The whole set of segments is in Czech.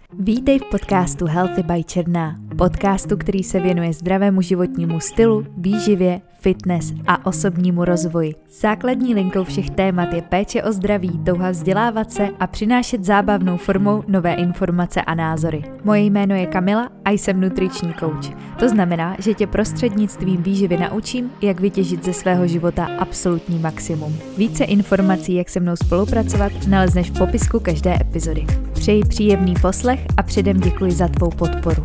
Vítej v podcastu Healthy by Černá, podcastu, který se věnuje zdravému životnímu stylu, výživě, fitness a osobnímu rozvoji. Základní linkou všech témat je péče o zdraví, touha vzdělávat se a přinášet zábavnou formou nové informace a názory. Moje jméno je Kamila a jsem nutriční coach. To znamená, že tě prostřednictvím výživy naučím, jak vytěžit ze svého života absolutní maximum. Více informací, jak se mnou spolupracovat, nalezneš v popisku každé epizody. Přeji příjemný poslech a předem děkuji za tvou podporu.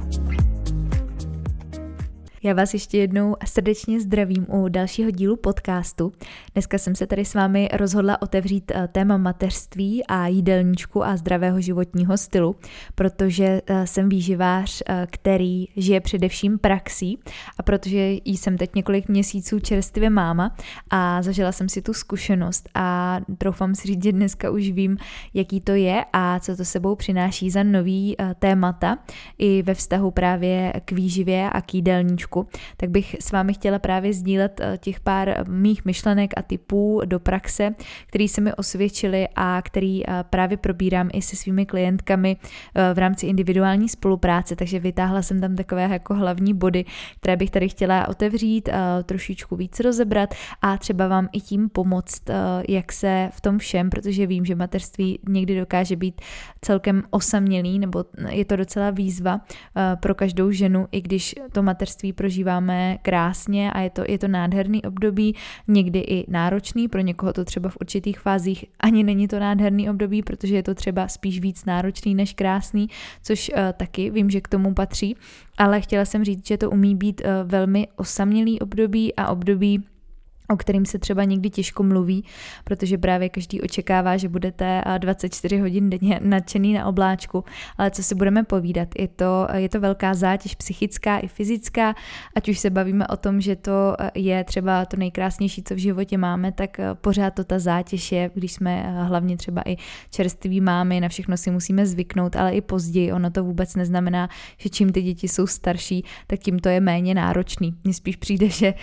Já vás ještě jednou srdečně zdravím u dalšího dílu podcastu. Dneska jsem se tady s vámi rozhodla otevřít téma mateřství a jídelníčku a zdravého životního stylu, protože jsem výživář, který žije především praxí a protože jsem teď několik měsíců čerstvě máma a zažila jsem si tu zkušenost a troufám si říct, že dneska už vím, jaký to je a co to sebou přináší za nový témata i ve vztahu právě k výživě a k jídelníčku. Tak bych s vámi chtěla právě sdílet těch pár mých myšlenek a tipů do praxe, který se mi osvědčily a který právě probírám i se svými klientkami v rámci individuální spolupráce, takže vytáhla jsem tam takové jako hlavní body, které bych tady chtěla otevřít, trošičku víc rozebrat a třeba vám i tím pomoct, jak se v tom všem, protože vím, že mateřství někdy dokáže být celkem osamělý, nebo je to docela výzva pro každou ženu, i když to mateřství prožíváme krásně a je to nádherný období, někdy i náročný, pro někoho to třeba v určitých fázích ani není to nádherný období, protože je to třeba spíš víc náročný než krásný, což taky vím, že k tomu patří, ale chtěla jsem říct, že to umí být velmi osamělý období a období, o kterým se třeba někdy těžko mluví, protože právě každý očekává, že budete 24 hodin denně nadšený na obláčku, ale co si budeme povídat, je to velká zátěž psychická i fyzická, ať už se bavíme o tom, že to je třeba to nejkrásnější, co v životě máme, tak pořád to ta zátěž je, když jsme hlavně třeba i čerství mámy, na všechno si musíme zvyknout, ale i později, ono to vůbec neznamená, že čím ty děti jsou starší, tak tím to je méně náročný. Mně spíš přijde, že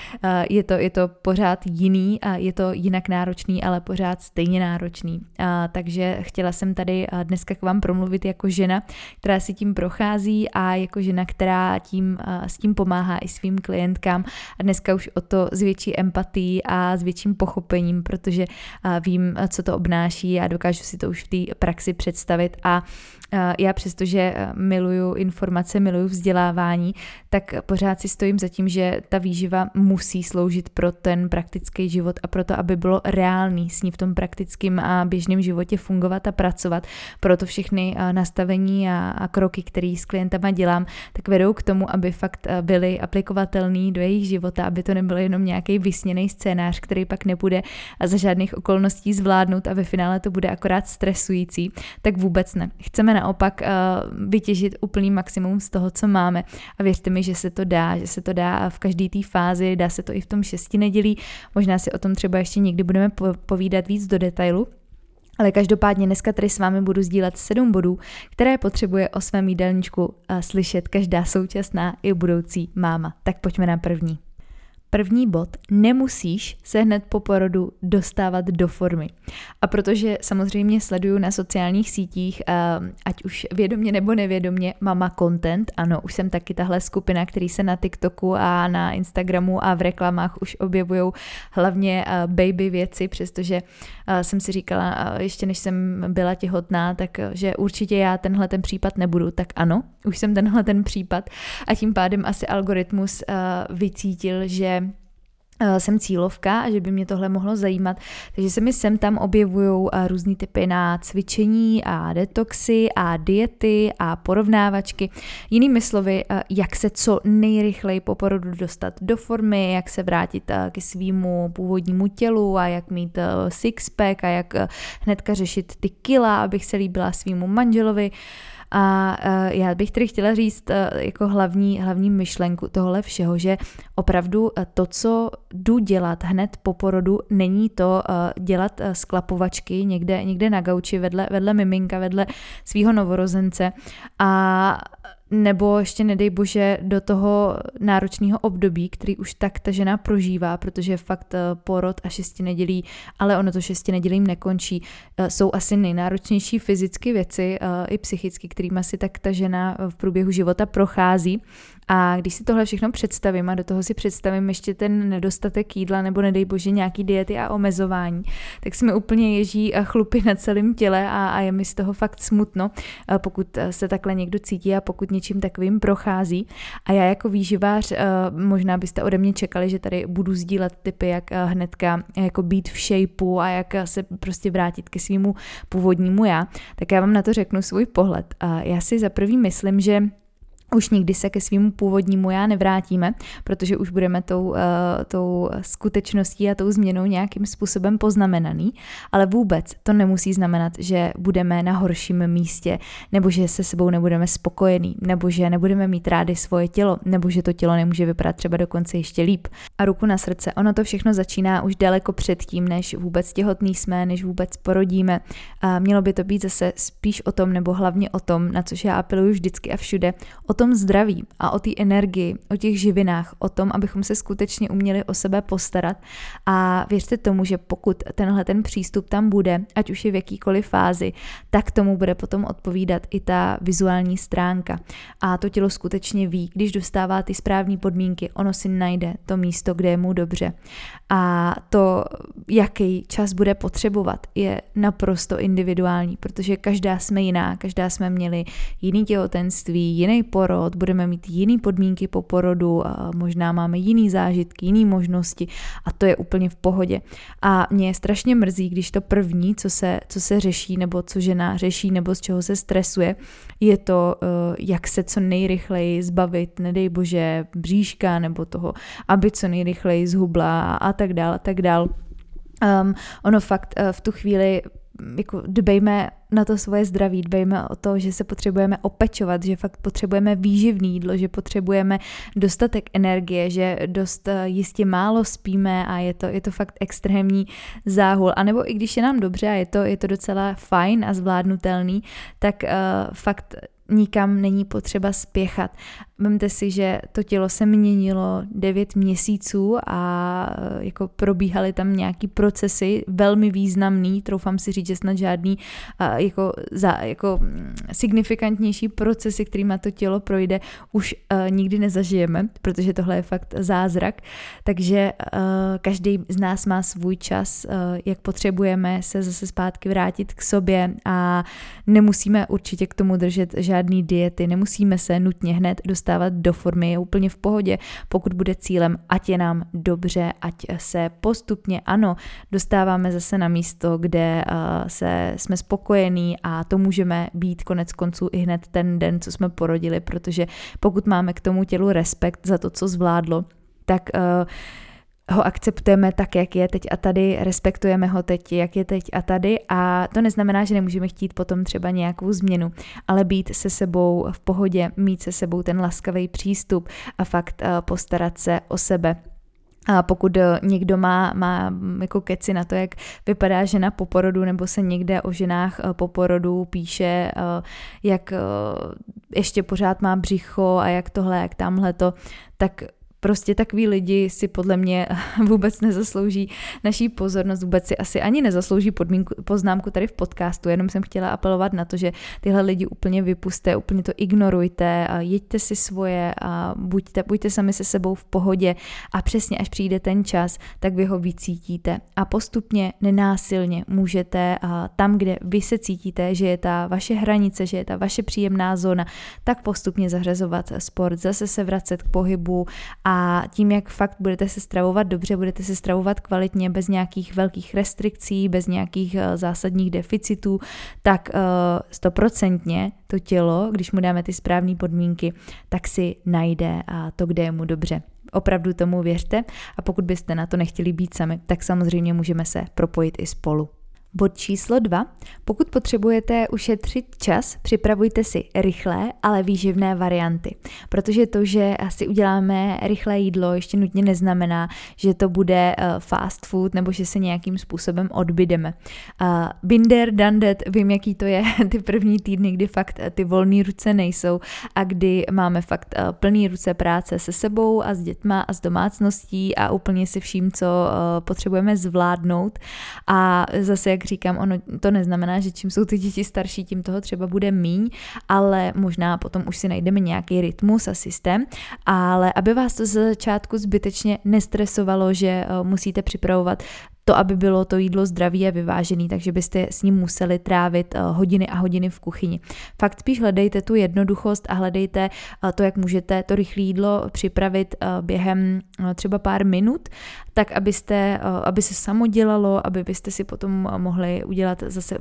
je to pořád jiný a je to jinak náročný, ale pořád stejně náročný. Takže chtěla jsem tady dneska k vám promluvit jako žena, která si tím prochází a jako žena, která s tím pomáhá i svým klientkám a dneska už o to s větší empatií a s větším pochopením, protože vím, co to obnáší a dokážu si to už v té praxi představit a já přestože miluju informace, miluju vzdělávání, tak pořád si stojím za tím, že ta výživa musí sloužit pro ten praktický život a pro to, aby bylo reálný s ní v tom praktickém a běžném životě fungovat a pracovat. Proto všechny nastavení a kroky, které s klientama dělám, tak vedou k tomu, aby fakt byly aplikovatelný do jejich života, aby to nebyl jenom nějaký vysněný scénář, který pak nebude za žádných okolností zvládnout a ve finále to bude akorát stresující. Tak vůbec ne. Chceme naopak vytěžit úplný maximum z toho, co máme. A věřte mi, že se to dá v každé té fázi, dá se to i v tom 6 nedělí. Možná si o tom třeba ještě někdy budeme povídat víc do detailu. Ale každopádně dneska tady s vámi budu sdílet 7 bodů, které potřebuje o svém jídelníčku slyšet každá současná i budoucí máma. Tak pojďme na první. První bod, nemusíš se hned po porodu dostávat do formy. A protože samozřejmě sleduju na sociálních sítích, ať už vědomě nebo nevědomě, mama content, ano, už jsem taky tahle skupina, který se na TikToku a na Instagramu a v reklamách už objevujou hlavně baby věci, přestože jsem si říkala, ještě než jsem byla těhotná, takže určitě já tenhle ten případ nebudu, tak ano, už jsem tenhle ten případ a tím pádem asi algoritmus vycítil, že jsem cílovka a že by mě tohle mohlo zajímat, takže se mi sem tam objevujou různý typy na cvičení a detoxy a diety a porovnávačky. Jinými slovy, jak se co nejrychleji po porodu dostat do formy, jak se vrátit ke svýmu původnímu tělu a jak mít sixpack a jak hnedka řešit ty kila, abych se líbila svýmu manželovi. A já bych tedy chtěla říct jako hlavní myšlenku tohle všeho, že opravdu to, co jdu dělat hned po porodu, není to dělat sklapovačky někde na gauči vedle miminka, vedle svého novorozence a nebo ještě nedej bože do toho náročného období, který už tak ta žena prožívá, protože fakt porod a 6 nedělí, ale ono to 6 nedělím nekončí, jsou asi nejnáročnější fyzicky věci i psychicky, kterými si tak ta žena v průběhu života prochází. A když si tohle všechno představím a do toho si představím ještě ten nedostatek jídla nebo nedej bože nějaký diety a omezování, tak se mi úplně ježí chlupy na celém těle a je mi z toho fakt smutno, pokud se takhle někdo cítí a pokud něčím takovým prochází. A já jako výživář, možná byste ode mě čekali, že tady budu sdílet tipy, jak hnedka jako být v shapeu a jak se prostě vrátit ke svému původnímu já, tak já vám na to řeknu svůj pohled. Já si za prvý myslím, že už nikdy se ke svému původnímu já nevrátíme, protože už budeme tou skutečností a tou změnou nějakým způsobem poznamenaný, ale vůbec to nemusí znamenat, že budeme na horším místě, nebo že se sebou nebudeme spokojení, nebo že nebudeme mít rádi svoje tělo, nebo že to tělo nemůže vypadat třeba dokonce ještě líp. A ruku na srdce, ono to všechno začíná už daleko předtím, než vůbec těhotný jsme, než vůbec porodíme. A mělo by to být zase spíš o tom, nebo hlavně o tom, na což já apeluju vždycky a všude, o tom zdraví a o té energii, o těch živinách, o tom, abychom se skutečně uměli o sebe postarat. A věřte tomu, že pokud ten přístup tam bude, ať už je v jakýkoliv fázi, tak tomu bude potom odpovídat i ta vizuální stránka. A to tělo skutečně ví, když dostává ty správné podmínky, ono si najde to místo, kde je mu dobře. A to, jaký čas bude potřebovat, je naprosto individuální, protože každá jsme jiná, každá jsme měli jiný těhotenství, jiný porod, budeme mít jiný podmínky po porodu, a možná máme jiný zážitky, jiný možnosti a to je úplně v pohodě. A mě strašně mrzí, když to první, co se řeší, nebo co žena řeší, nebo z čeho se stresuje, je to, jak se co nejrychleji zbavit, nedej bože, bříška, nebo toho, aby co nejrychleji zhubla a tak dál, a tak dál. Ono fakt v tu chvíli jako dbejme na to svoje zdraví, dbejme o to, že se potřebujeme opečovat, že fakt potřebujeme výživný jídlo, že potřebujeme dostatek energie, že dost jistě málo spíme a je to fakt extrémní záhul. A nebo i když je nám dobře a je to docela fajn a zvládnutelný, tak fakt nikam není potřeba spěchat. Vemte si, že to tělo se měnilo 9 měsíců a jako probíhaly tam nějaký procesy velmi významný, troufám si říct, že snad žádný jako signifikantnější procesy, kterýma to tělo projde, už nikdy nezažijeme, protože tohle je fakt zázrak. Takže každý z nás má svůj čas, jak potřebujeme se zase zpátky vrátit k sobě a nemusíme určitě k tomu držet žádný diety, nemusíme se nutně hned dostávat do formy, je úplně v pohodě, pokud bude cílem, ať je nám dobře, ať se postupně, ano, dostáváme zase na místo, kde jsme spokojení a to můžeme být konec konců i hned ten den, co jsme porodili, protože pokud máme k tomu tělu respekt za to, co zvládlo, tak ho akceptujeme tak, jak je teď a tady, respektujeme ho teď, jak je teď a tady a to neznamená, že nemůžeme chtít potom třeba nějakou změnu, ale být se sebou v pohodě, mít se sebou ten laskavý přístup a fakt postarat se o sebe. A pokud někdo má jako keci na to, jak vypadá žena po porodu, nebo se někde o ženách po porodu píše, jak ještě pořád má břicho a jak tohle, jak tamhleto, tak prostě takový lidi si podle mě vůbec nezaslouží naší pozornost, vůbec si asi ani nezaslouží poznámku tady v podcastu, jenom jsem chtěla apelovat na to, že tyhle lidi úplně vypuste, úplně to ignorujte, a jeďte si svoje a buďte sami se sebou v pohodě a přesně až přijde ten čas, tak vy ho vycítíte a postupně nenásilně můžete tam, kde vy se cítíte, že je ta vaše hranice, že je ta vaše příjemná zóna, tak postupně zařazovat sport, zase se vracet k pohybu. A tím, jak fakt budete se stravovat dobře, budete se stravovat kvalitně, bez nějakých velkých restrikcí, bez nějakých zásadních deficitů, tak 100% to tělo, když mu dáme ty správné podmínky, tak si najde to, kde je mu dobře. Opravdu tomu věřte a pokud byste na to nechtěli být sami, tak samozřejmě můžeme se propojit i spolu. Bod číslo 2. Pokud potřebujete ušetřit čas, připravujte si rychlé, ale výživné varianty. Protože to, že si uděláme rychlé jídlo, ještě nutně neznamená, že to bude fast food nebo že se nějakým způsobem odbydeme. Been there, done that, vím, jaký to je ty první týdny, kdy fakt ty volné ruce nejsou a kdy máme fakt plný ruce práce se sebou a s dětma a s domácností a úplně si vším, co potřebujeme zvládnout. A zase, jak říkám, ono to neznamená, že čím jsou ty děti starší, tím toho třeba bude míň, ale možná potom už si najdeme nějaký rytmus a systém, ale aby vás to z začátku zbytečně nestresovalo, že musíte připravovat to, aby bylo to jídlo zdravý a vyvážený, takže byste s ním museli trávit hodiny a hodiny v kuchyni. Fakt spíš hledejte tu jednoduchost a hledejte to, jak můžete to rychlé jídlo připravit během třeba pár minut, tak aby se samo dělalo, aby byste si potom mohli udělat zase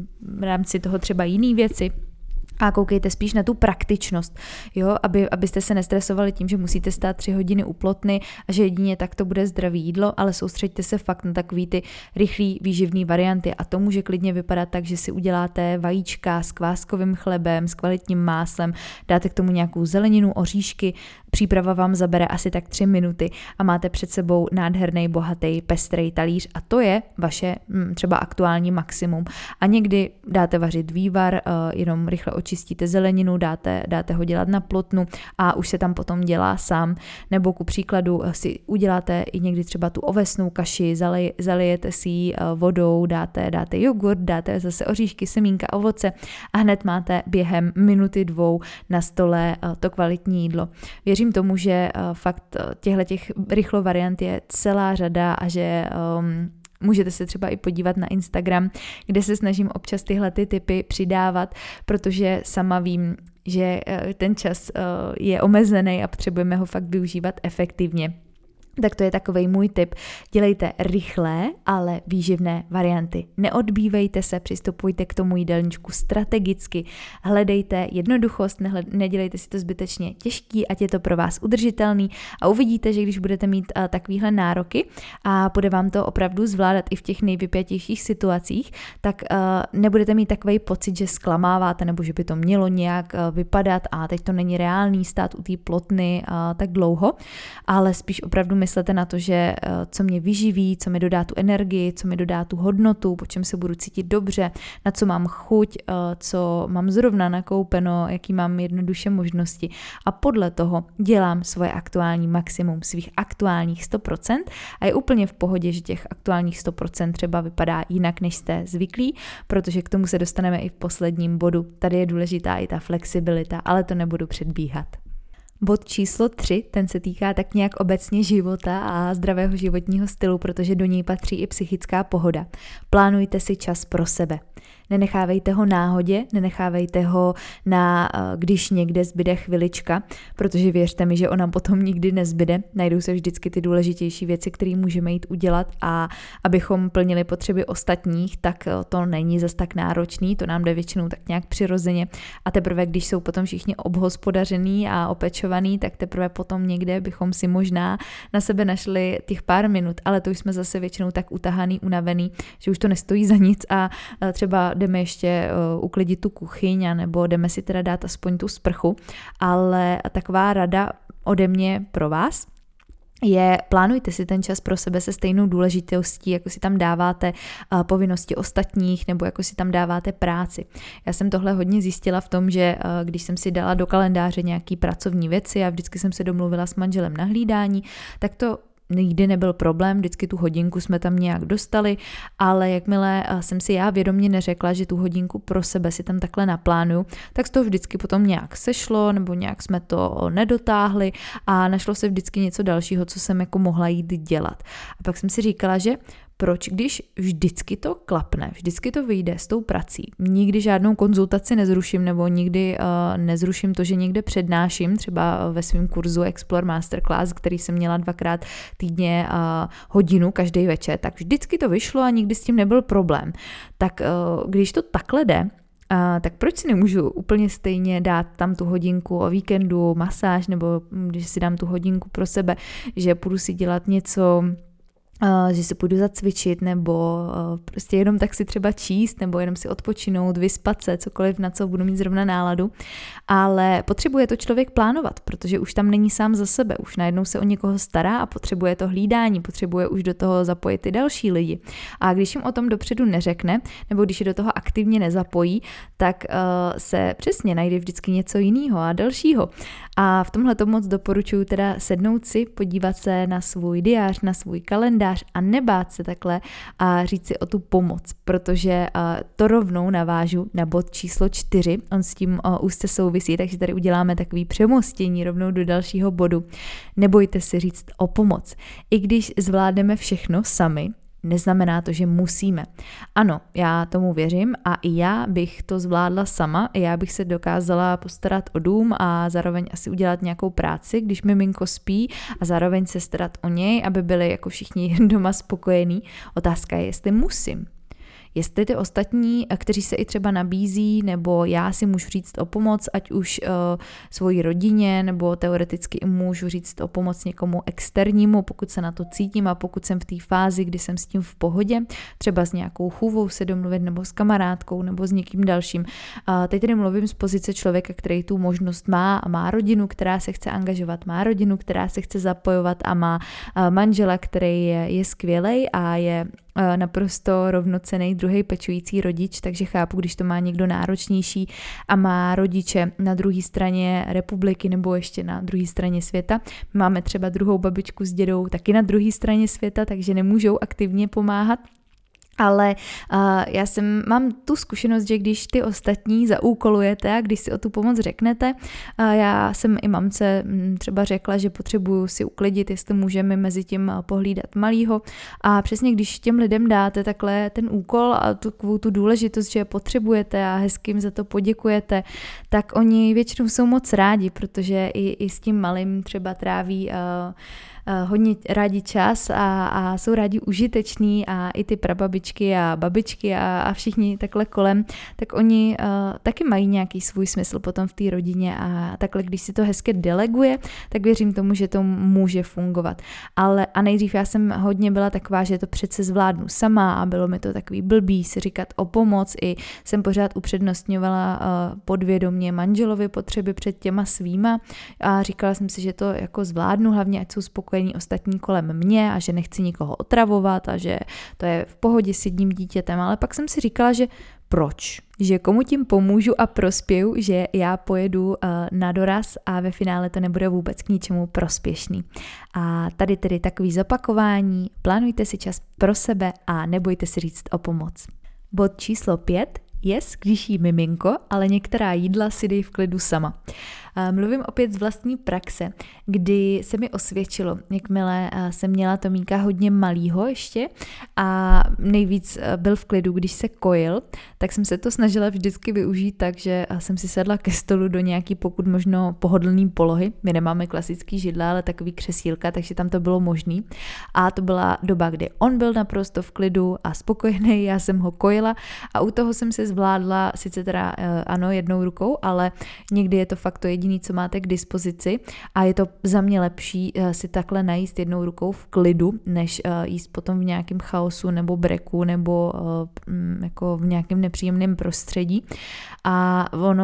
v rámci toho třeba jiné věci. A koukejte spíš na tu praktičnost, jo? Abyste se nestresovali tím, že musíte stát 3 hodiny u plotny a že jedině tak to bude zdravé jídlo, ale soustřeďte se fakt na takový ty rychlý výživný varianty a to může klidně vypadat tak, že si uděláte vajíčka s kváskovým chlebem, s kvalitním máslem, dáte k tomu nějakou zeleninu, oříšky, příprava vám zabere asi tak 3 minuty a máte před sebou nádherný, bohatý, pestrej talíř a to je vaše třeba aktuální maximum. A někdy dáte vařit vývar, jenom rychle očistíte zeleninu, dáte ho dělat na plotnu a už se tam potom dělá sám. Nebo ku příkladu si uděláte i někdy třeba tu ovesnou kaši, zalijete si ji vodou, dáte jogurt, dáte zase oříšky, semínka, ovoce a hned máte během minuty 2 na stole to kvalitní jídlo. Věřím tomu, že fakt těch rychlo variant je celá řada a že můžete se třeba i podívat na Instagram, kde se snažím občas tyhle ty tipy přidávat, protože sama vím, že ten čas je omezený a potřebujeme ho fakt využívat efektivně. Tak to je takovej můj tip. Dělejte rychlé, ale výživné varianty. Neodbývejte se, přistupujte k tomu jídelníčku strategicky, hledejte jednoduchost, nedělejte si to zbytečně těžký, ať je to pro vás udržitelný a uvidíte, že když budete mít takovýhle nároky a bude vám to opravdu zvládat i v těch nejvypjatějších situacích, tak nebudete mít takový pocit, že zklamáváte nebo že by to mělo nějak vypadat a teď to není reálný stát u té plotny tak dlouho, ale spíš opravdu myslete na to, že co mě vyživí, co mi dodá tu energii, co mi dodá tu hodnotu, po čem se budu cítit dobře, na co mám chuť, co mám zrovna nakoupeno, jaký mám jednoduše možnosti a podle toho dělám svoje aktuální maximum, svých aktuálních 100% a je úplně v pohodě, že těch aktuálních 100% třeba vypadá jinak, než jste zvyklí, protože k tomu se dostaneme i v posledním bodu. Tady je důležitá i ta flexibilita, ale to nebudu předbíhat. Bod číslo 3, ten se týká tak nějak obecně života a zdravého životního stylu, protože do něj patří i psychická pohoda. Plánujte si čas pro sebe. Nenechávejte ho náhodě, nenechávejte ho na když někde zbyde chvilička, protože věřte mi, že ona potom nikdy nezbyde. Najdou se vždycky ty důležitější věci, které můžeme jít udělat a abychom plnili potřeby ostatních, tak to není zas tak náročný, to nám jde většinou tak nějak přirozeně a teprve, když jsou potom všichni obhospodařený a opečovaný, tak teprve potom někde bychom si možná na sebe našli těch pár minut, ale to už jsme zase většinou tak utahaný, unavený, že už to nestojí za nic a třeba jdeme ještě uklidit tu kuchyň, nebo jdeme si teda dát aspoň tu sprchu, ale taková rada ode mě pro vás je, plánujte si ten čas pro sebe se stejnou důležitostí, jako si tam dáváte povinnosti ostatních nebo jako si tam dáváte práci. Já jsem tohle hodně zjistila v tom, že když jsem si dala do kalendáře nějaký pracovní věci a vždycky jsem se domluvila s manželem na hlídání, tak to nikdy nebyl problém, vždycky tu hodinku jsme tam nějak dostali, ale jakmile jsem si já vědomě neřekla, že tu hodinku pro sebe si tam takhle naplánuju, tak z toho vždycky potom nějak sešlo, nebo nějak jsme to nedotáhli a našlo se vždycky něco dalšího, co jsem jako mohla jít dělat. A pak jsem si říkala, že proč, když vždycky to klapne, vždycky to vyjde s tou prací, nikdy žádnou konzultaci nezruším nebo nikdy nezruším to, že někde přednáším, třeba ve svém kurzu Explore Masterclass, který jsem měla 2x týdně hodinu každý večer, tak vždycky to vyšlo a nikdy s tím nebyl problém. Tak když to takhle jde, tak proč si nemůžu úplně stejně dát tam tu hodinku o víkendu, masáž, nebo když si dám tu hodinku pro sebe, že půjdu si dělat něco že si půjdu zacvičit, nebo prostě jenom tak si třeba číst, nebo jenom si odpočinout, vyspat se, cokoliv, na co budu mít zrovna náladu. Ale potřebuje to člověk plánovat, protože už tam není sám za sebe, už najednou se o někoho stará a potřebuje to hlídání, potřebuje už do toho zapojit i další lidi. A když jim o tom dopředu neřekne, nebo když je do toho aktivně nezapojí, tak se přesně najde vždycky něco jiného a dalšího. A v tomhle to moc doporučuji teda sednout si, podívat se na svůj diář, na svůj kalendář a nebát se takhle a říct si o tu pomoc, protože to rovnou navážu na bod číslo 4, on s tím úzce souvisí, takže tady uděláme takový přemostění rovnou do dalšího bodu. Nebojte se říct o pomoc. I když zvládneme všechno sami, neznamená to, že musíme. Ano, já tomu věřím a i já bych to zvládla sama, i já bych se dokázala postarat o dům a zároveň asi udělat nějakou práci, když miminko spí a zároveň se starat o něj, aby byli jako všichni doma spokojení. Otázka je, jestli musím. Jestli ty ostatní, kteří se i třeba nabízí, nebo já si můžu říct o pomoc, ať už svojí rodině, nebo teoreticky i můžu říct o pomoc někomu externímu, pokud se na to cítím a pokud jsem v té fázi, kdy jsem s tím v pohodě, třeba s nějakou chůvou se domluvit, nebo s kamarádkou, nebo s někým dalším. Teď tedy mluvím z pozice člověka, který tu možnost má a má rodinu, která se chce angažovat, má rodinu, která se chce zapojovat a má manžela, který je skvělej a je naprosto rovnocenný druhý pečující rodič, takže chápu, když to má někdo náročnější a má rodiče na druhé straně republiky nebo ještě na druhé straně světa. Máme třeba druhou babičku s dědou taky na druhé straně světa, takže nemůžou aktivně pomáhat. Ale mám tu zkušenost, že když ty ostatní zaúkolujete a když si o tu pomoc řeknete, já jsem i mamce třeba řekla, že potřebuju si uklidit, jestli můžeme mezi tím pohlídat malýho a přesně když těm lidem dáte takhle ten úkol a tu důležitost, že je potřebujete a hezky jim za to poděkujete, tak oni většinou jsou moc rádi, protože i s tím malým třeba tráví hodně rádi čas a jsou rádi užiteční a i ty prababičky a babičky a všichni takhle kolem, tak oni taky mají nějaký svůj smysl potom v té rodině a takhle, když si to hezky deleguje, tak věřím tomu, že to může fungovat. A nejdřív já jsem hodně byla taková, že to přece zvládnu sama a bylo mi to takový blbý si říkat o pomoc, i jsem pořád upřednostňovala podvědomě manželovy potřeby před těma svýma a říkala jsem si, že to jako zvládnu, hlavně ať jsou spokojení ostatní kolem mě a že nechci nikoho otravovat a že to je v pohodě s jedním dítětem, ale pak jsem si říkala, že proč? Že komu tím pomůžu a prospěju, že já pojedu na doraz a ve finále to nebude vůbec k ničemu prospěšný. A tady tedy takový zopakování, plánujte si čas pro sebe a nebojte si říct o pomoc. Bod číslo 5. Když jí miminko, ale některá jídla si dej v klidu sama. Mluvím opět z vlastní praxe, kdy se mi osvědčilo, jakmile jsem měla Tomíka hodně malýho ještě a nejvíc byl v klidu, když se kojil, tak jsem se to snažila vždycky využít tak, že jsem si sedla ke stolu do nějaký pokud možno pohodlný polohy. My nemáme klasický židle, ale takový křesílka, takže tam to bylo možný. A to byla doba, kdy on byl naprosto v klidu a spokojený, já jsem ho kojila a u toho jsem se zvládla, sice teda ano, jednou rukou, ale někdy je to fakt to jediný, co máte k dispozici a je to za mě lepší si takhle najíst jednou rukou v klidu, než jíst potom v nějakém chaosu nebo breku nebo jako v nějakém nepříjemném prostředí. A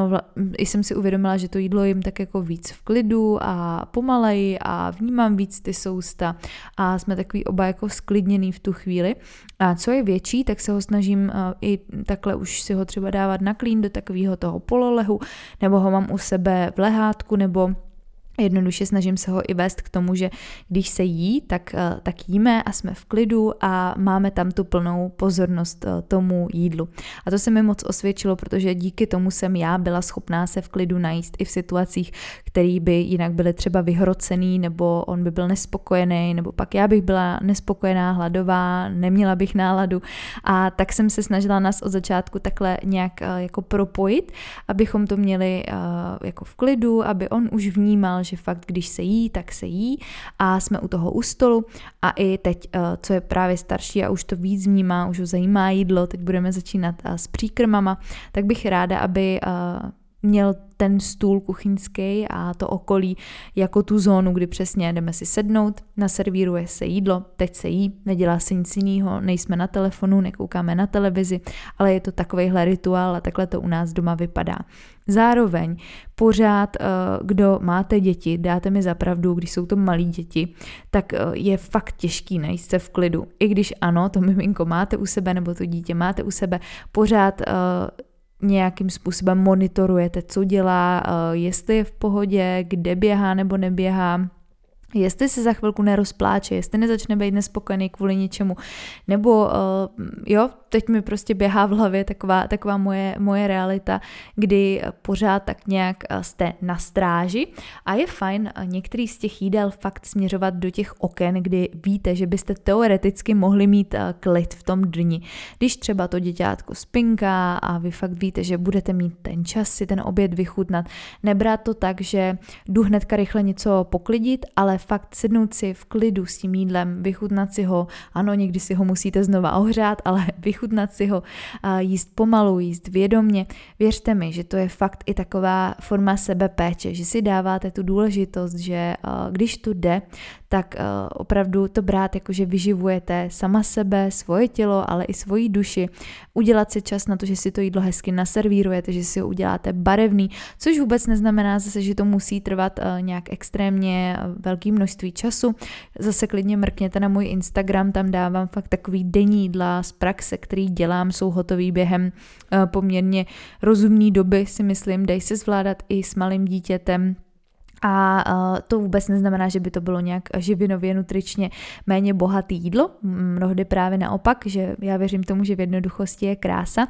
i jsem si uvědomila, že to jídlo jim tak jako víc v klidu a pomaleji a vnímám víc ty sousta a jsme takový oba jako sklidněný v tu chvíli. A co je větší, tak se ho snažím i takhle už si ho třeba dávat na klín do takového toho pololehu, nebo ho mám u sebe v lehátku, nebo jednoduše snažím se ho i vést k tomu, že když se jí, tak jíme a jsme v klidu a máme tam tu plnou pozornost tomu jídlu. A to se mi moc osvědčilo, protože díky tomu jsem já byla schopná se v klidu najíst i v situacích, které by jinak byly třeba vyhrocený, nebo on by byl nespokojený, nebo pak já bych byla nespokojená, hladová, neměla bych náladu. A tak jsem se snažila nás od začátku takhle nějak jako propojit, abychom to měli jako v klidu, aby on už vnímal, že fakt, když se jí, tak se jí a jsme u toho u stolu a i teď, co je právě starší a už to víc vnímá, už ho zajímá jídlo, teď budeme začínat s příkrmama, tak bych ráda, aby měl ten stůl kuchyňský a to okolí jako tu zónu, kdy přesně jdeme si sednout, naservíruje se jídlo, teď se jí, nedělá se nic jiného, nejsme na telefonu, nekoukáme na televizi, ale je to takovejhle rituál a takhle to u nás doma vypadá. Zároveň pořád, kdo máte děti, dáte mi za pravdu, když jsou to malí děti, tak je fakt těžký najíst se v klidu. I když ano, to miminko máte u sebe nebo to dítě máte u sebe, pořád nějakým způsobem monitorujete, co dělá, jestli je v pohodě, kde běhá nebo neběhá, jestli se za chvilku nerozpláče, jestli nezačne být nespokojený kvůli něčemu, nebo teď mi prostě běhá v hlavě taková moje realita, kdy pořád tak nějak jste na stráži a je fajn některý z těch jídel fakt směřovat do těch oken, kdy víte, že byste teoreticky mohli mít klid v tom dni. Když třeba to děťátko spinká a vy fakt víte, že budete mít ten čas si ten oběd vychutnat, nebrát to tak, že jdu hnedka rychle něco poklidit, ale fakt sednout si v klidu s tím jídlem, vychutnat si ho, ano, někdy si ho musíte znova ohřát, ale vychutnat si ho, jíst pomalu, jíst vědomně. Věřte mi, že to je fakt i taková forma sebepéče, že si dáváte tu důležitost, že když to jde, tak opravdu to brát jako, že vyživujete sama sebe, svoje tělo, ale i svoji duši. Udělat si čas na to, že si to jídlo hezky naservírujete, že si ho uděláte barevný, což vůbec neznamená zase, že to musí trvat nějak extrémně velké množství času. Zase klidně mrkněte na můj Instagram, tam dávám fakt takový denní jídla z praxe, který dělám, jsou hotový během poměrně rozumný doby, si myslím, dají se zvládat i s malým dítětem. A to vůbec neznamená, že by to bylo nějak živinově, nutričně méně bohaté jídlo, mnohdy právě naopak, že já věřím tomu, že v jednoduchosti je krása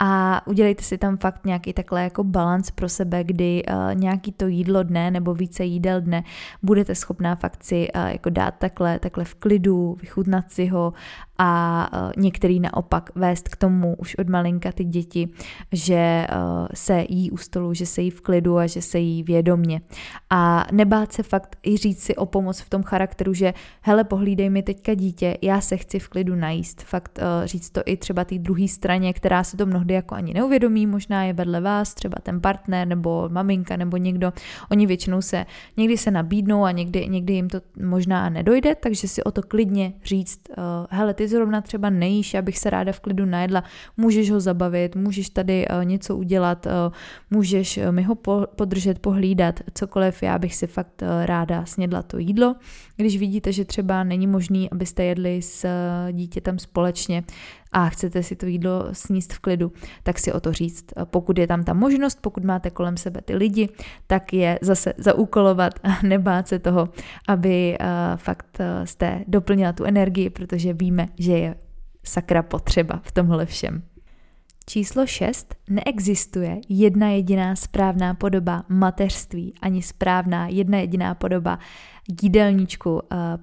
a udělejte si tam fakt nějaký takhle jako balans pro sebe, kdy nějaký to jídlo dne nebo více jídel dne budete schopná fakt si jako dát takhle v klidu, vychutnat si ho a některý naopak vést k tomu už od malinka ty děti, že se jí u stolu, že se jí v klidu a že se jí vědomně. A nebát se fakt i říct si o pomoc v tom charakteru, že hele, pohlídej mi teďka dítě, já se chci v klidu najíst. Fakt říct to i třeba té druhé straně, která se to mnohdy jako ani neuvědomí, možná je vedle vás, třeba ten partner nebo maminka nebo někdo. Oni většinou někdy se nabídnou a někdy jim to možná nedojde, takže si o to klidně říct, hele, ty zrovna třeba nejíš, abych se ráda v klidu najedla, můžeš ho zabavit, můžeš tady něco udělat, můžeš mi ho podržet, pohlídat, cokoliv, já bych si fakt ráda snědla to jídlo. Když vidíte, že třeba není možný, abyste jedli s dítětem společně a chcete si to jídlo sníst v klidu, tak si o to říct. Pokud je tam ta možnost, pokud máte kolem sebe ty lidi, tak je zase zaúkolovat a nebát se toho, aby fakt jste doplnila tu energii, protože víme, že je sakra potřeba v tomhle všem. Číslo 6. Neexistuje jedna jediná správná podoba mateřství, ani správná jedna jediná podoba jídelníčku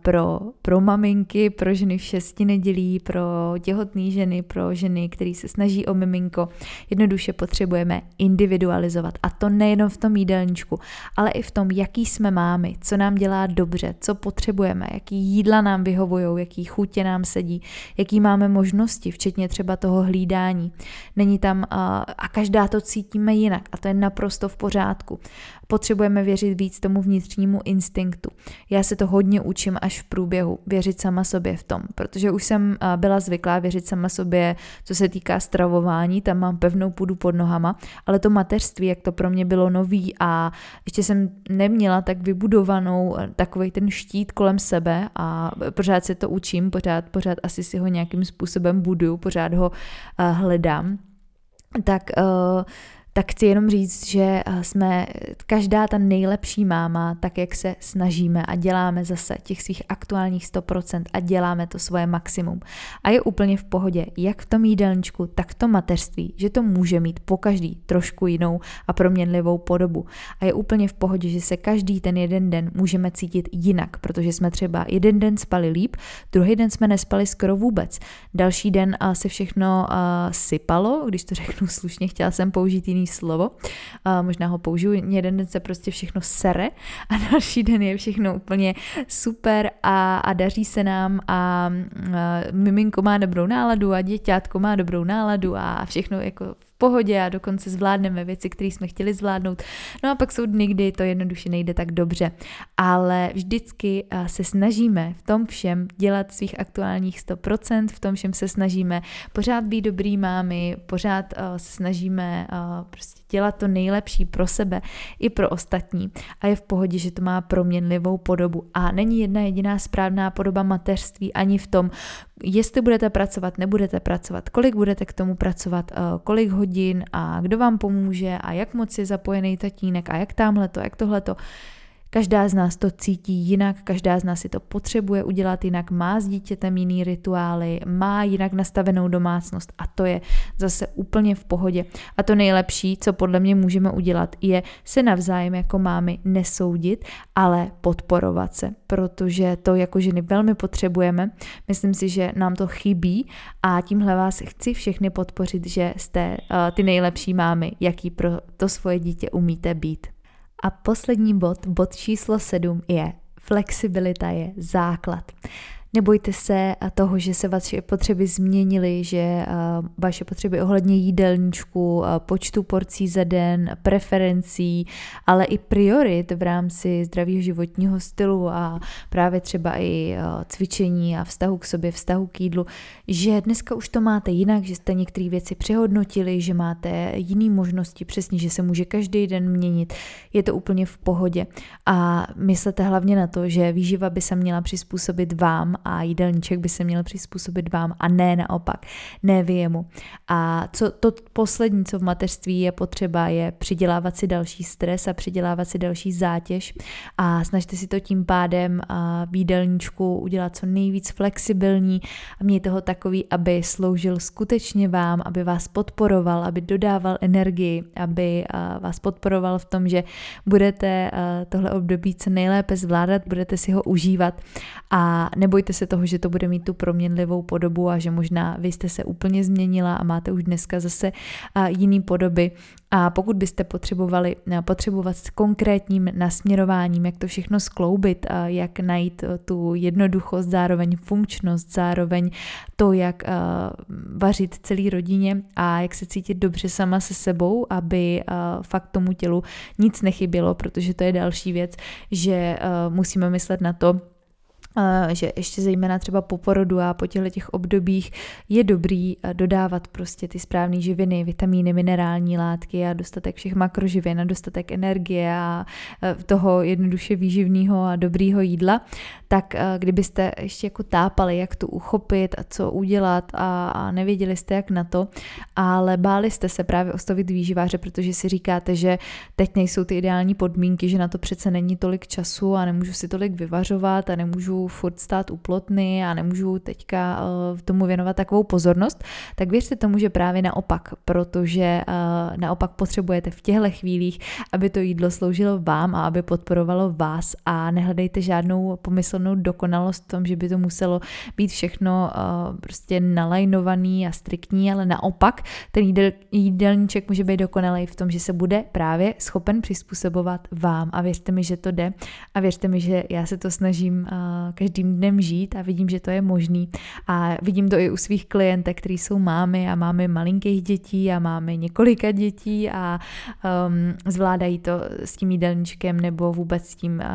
pro maminky, pro ženy v 6 nedělí, pro těhotné ženy, pro ženy, které se snaží o miminko. Jednoduše potřebujeme individualizovat. A to nejenom v tom jídelníčku, ale i v tom, jaký jsme mámy, co nám dělá dobře, co potřebujeme, jaký jídla nám vyhovujou, jaký chutě nám sedí, jaký máme možnosti, včetně třeba toho hlídání. Není tam a každá to cítíme jinak a to je naprosto v pořádku. Potřebujeme věřit víc tomu vnitřnímu instinktu. Já se to hodně učím až v průběhu, věřit sama sobě v tom, protože už jsem byla zvyklá věřit sama sobě, co se týká stravování, tam mám pevnou půdu pod nohama, ale to mateřství, jak to pro mě bylo nový a ještě jsem neměla tak vybudovanou takovej ten štít kolem sebe a pořád se to učím, pořád asi si ho nějakým způsobem buduju, pořád ho hledám, tak chci jenom říct, že jsme každá ta nejlepší máma, tak jak se snažíme a děláme zase těch svých aktuálních 100% a děláme to svoje maximum. A je úplně v pohodě, jak v tom jídelníčku, tak v tom mateřství, že to může mít pokaždý trošku jinou a proměnlivou podobu. A je úplně v pohodě, že se každý ten jeden den můžeme cítit jinak, protože jsme třeba jeden den spali líp, druhý den jsme nespali skoro vůbec. Další den se všechno sypalo, když to řeknu slušně, chtěla jsem použít jiný slovo, možná ho použiju, jeden den se prostě všechno sere a další den je všechno úplně super a daří se nám a miminko má dobrou náladu a děťátko má dobrou náladu a všechno jako v pohodě a dokonce zvládneme věci, které jsme chtěli zvládnout. No a pak jsou dny, kdy to jednoduše nejde tak dobře. Ale vždycky se snažíme v tom všem dělat svých aktuálních 100%, v tom všem se snažíme pořád být dobrý mámy, pořád se snažíme prostě dělat to nejlepší pro sebe i pro ostatní. A je v pohodě, že to má proměnlivou podobu. A není jedna jediná správná podoba mateřství ani v tom, jestli budete pracovat, nebudete pracovat, kolik budete k tomu pracovat, kolik hodin a kdo vám pomůže a jak moc je zapojený tatínek a jak támhleto, jak tohleto. Každá z nás to cítí jinak, každá z nás si to potřebuje udělat jinak, má s dítětem jiný rituály, má jinak nastavenou domácnost a to je zase úplně v pohodě. A to nejlepší, co podle mě můžeme udělat, je se navzájem jako mámy nesoudit, ale podporovat se, protože to jako ženy velmi potřebujeme. Myslím si, že nám to chybí a tímhle vás chci všechny podpořit, že jste ty nejlepší mámy, jaký pro to svoje dítě umíte být. A poslední bod číslo 7 je flexibilita je základ. Nebojte se toho, že se vaše potřeby změnily, že vaše potřeby ohledně jídelníčku, počtu porcí za den, preferencí, ale i priorit v rámci zdravého životního stylu a právě třeba i cvičení a vztahu k sobě, vztahu k jídlu, že dneska už to máte jinak, že jste některé věci přehodnotili, že máte jiné možnosti, přesně, že se může každý den měnit. Je to úplně v pohodě. A myslete hlavně na to, že výživa by se měla přizpůsobit vám a jídelníček by se měl přizpůsobit vám a ne naopak, ne vy jemu. A to poslední, co v mateřství je potřeba, je přidělávat si další stres a přidělávat si další zátěž a snažte si to tím pádem v jídelníčku udělat co nejvíc flexibilní a mějte ho takový, aby sloužil skutečně vám, aby vás podporoval, aby dodával energii, aby vás podporoval v tom, že budete tohle období co nejlépe zvládat, budete si ho užívat a nebojte se toho, že to bude mít tu proměnlivou podobu a že možná vy jste se úplně změnila a máte už dneska zase jiný podoby. A pokud byste potřebovat s konkrétním nasměrováním, jak to všechno skloubit, jak najít tu jednoduchost, zároveň funkčnost, zároveň to, jak vařit celý rodině a jak se cítit dobře sama se sebou, aby fakt tomu tělu nic nechybělo, protože to je další věc, že musíme myslet na to, že ještě zejména třeba po porodu a po těch obdobích je dobrý dodávat prostě ty správné živiny, vitamíny, minerální látky a dostatek všech makroživin a dostatek energie a toho jednoduše výživného a dobrýho jídla, tak kdybyste ještě jako tápali, jak to uchopit a co udělat a nevěděli jste jak na to, ale báli jste se právě oslovit výživáře, protože si říkáte, že teď nejsou ty ideální podmínky, že na to přece není tolik času a nemůžu si tolik vyvařovat a nemůžu furt stát u plotny a nemůžu teďka tomu věnovat takovou pozornost, tak věřte tomu, že právě naopak, protože naopak potřebujete v těchto chvílích, aby to jídlo sloužilo vám a aby podporovalo vás a nehledejte žádnou pomyslnou dokonalost v tom, že by to muselo být všechno prostě nalajnovaný a striktní, ale naopak ten jídelníček může být dokonalý v tom, že se bude právě schopen přizpůsobovat vám a věřte mi, že to jde a věřte mi, že já se to snažím každým dnem žít a vidím, že to je možný a vidím to i u svých klientek, který jsou mámy a máme malinkých dětí a máme několika dětí a zvládají to s tím jídelníčkem nebo vůbec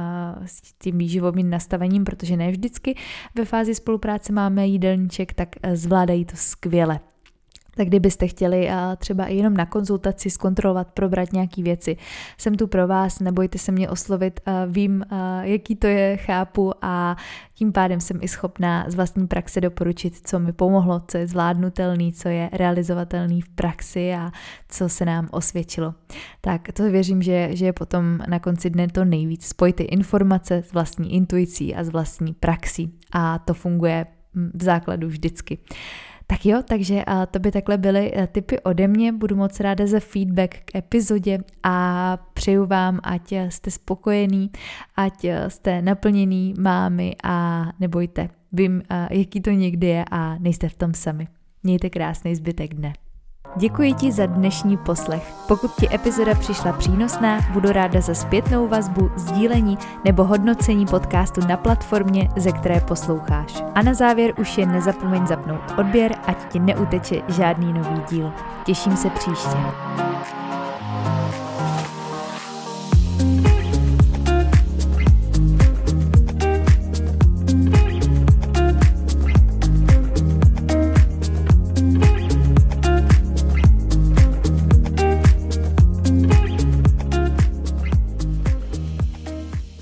s tím výživovým nastavením, protože ne vždycky ve fázi spolupráce máme jídelníček, tak zvládají to skvěle. Tak kdybyste chtěli třeba i jenom na konzultaci zkontrolovat, probrat nějaký věci, jsem tu pro vás, nebojte se mě oslovit, vím, jaký to je, chápu a tím pádem jsem i schopná z vlastní praxe doporučit, co mi pomohlo, co je zvládnutelný, co je realizovatelný v praxi a co se nám osvědčilo. Tak to věřím, že je potom na konci dne to nejvíc. Spojte informace s vlastní intuicí a s vlastní praxí a to funguje v základu vždycky. Tak jo, takže to by takhle byly tipy ode mě, budu moc ráda za feedback k epizodě a přeju vám, ať jste spokojení, ať jste naplněný mámy a nebojte, vím, jaký to někdy je a nejste v tom sami. Mějte krásný zbytek dne. Děkuji ti za dnešní poslech. Pokud ti epizoda přišla přínosná, budu ráda za zpětnou vazbu, sdílení nebo hodnocení podcastu na platformě, ze které posloucháš. A na závěr už jen nezapomeň zapnout odběr, ať ti neuteče žádný nový díl. Těším se příště.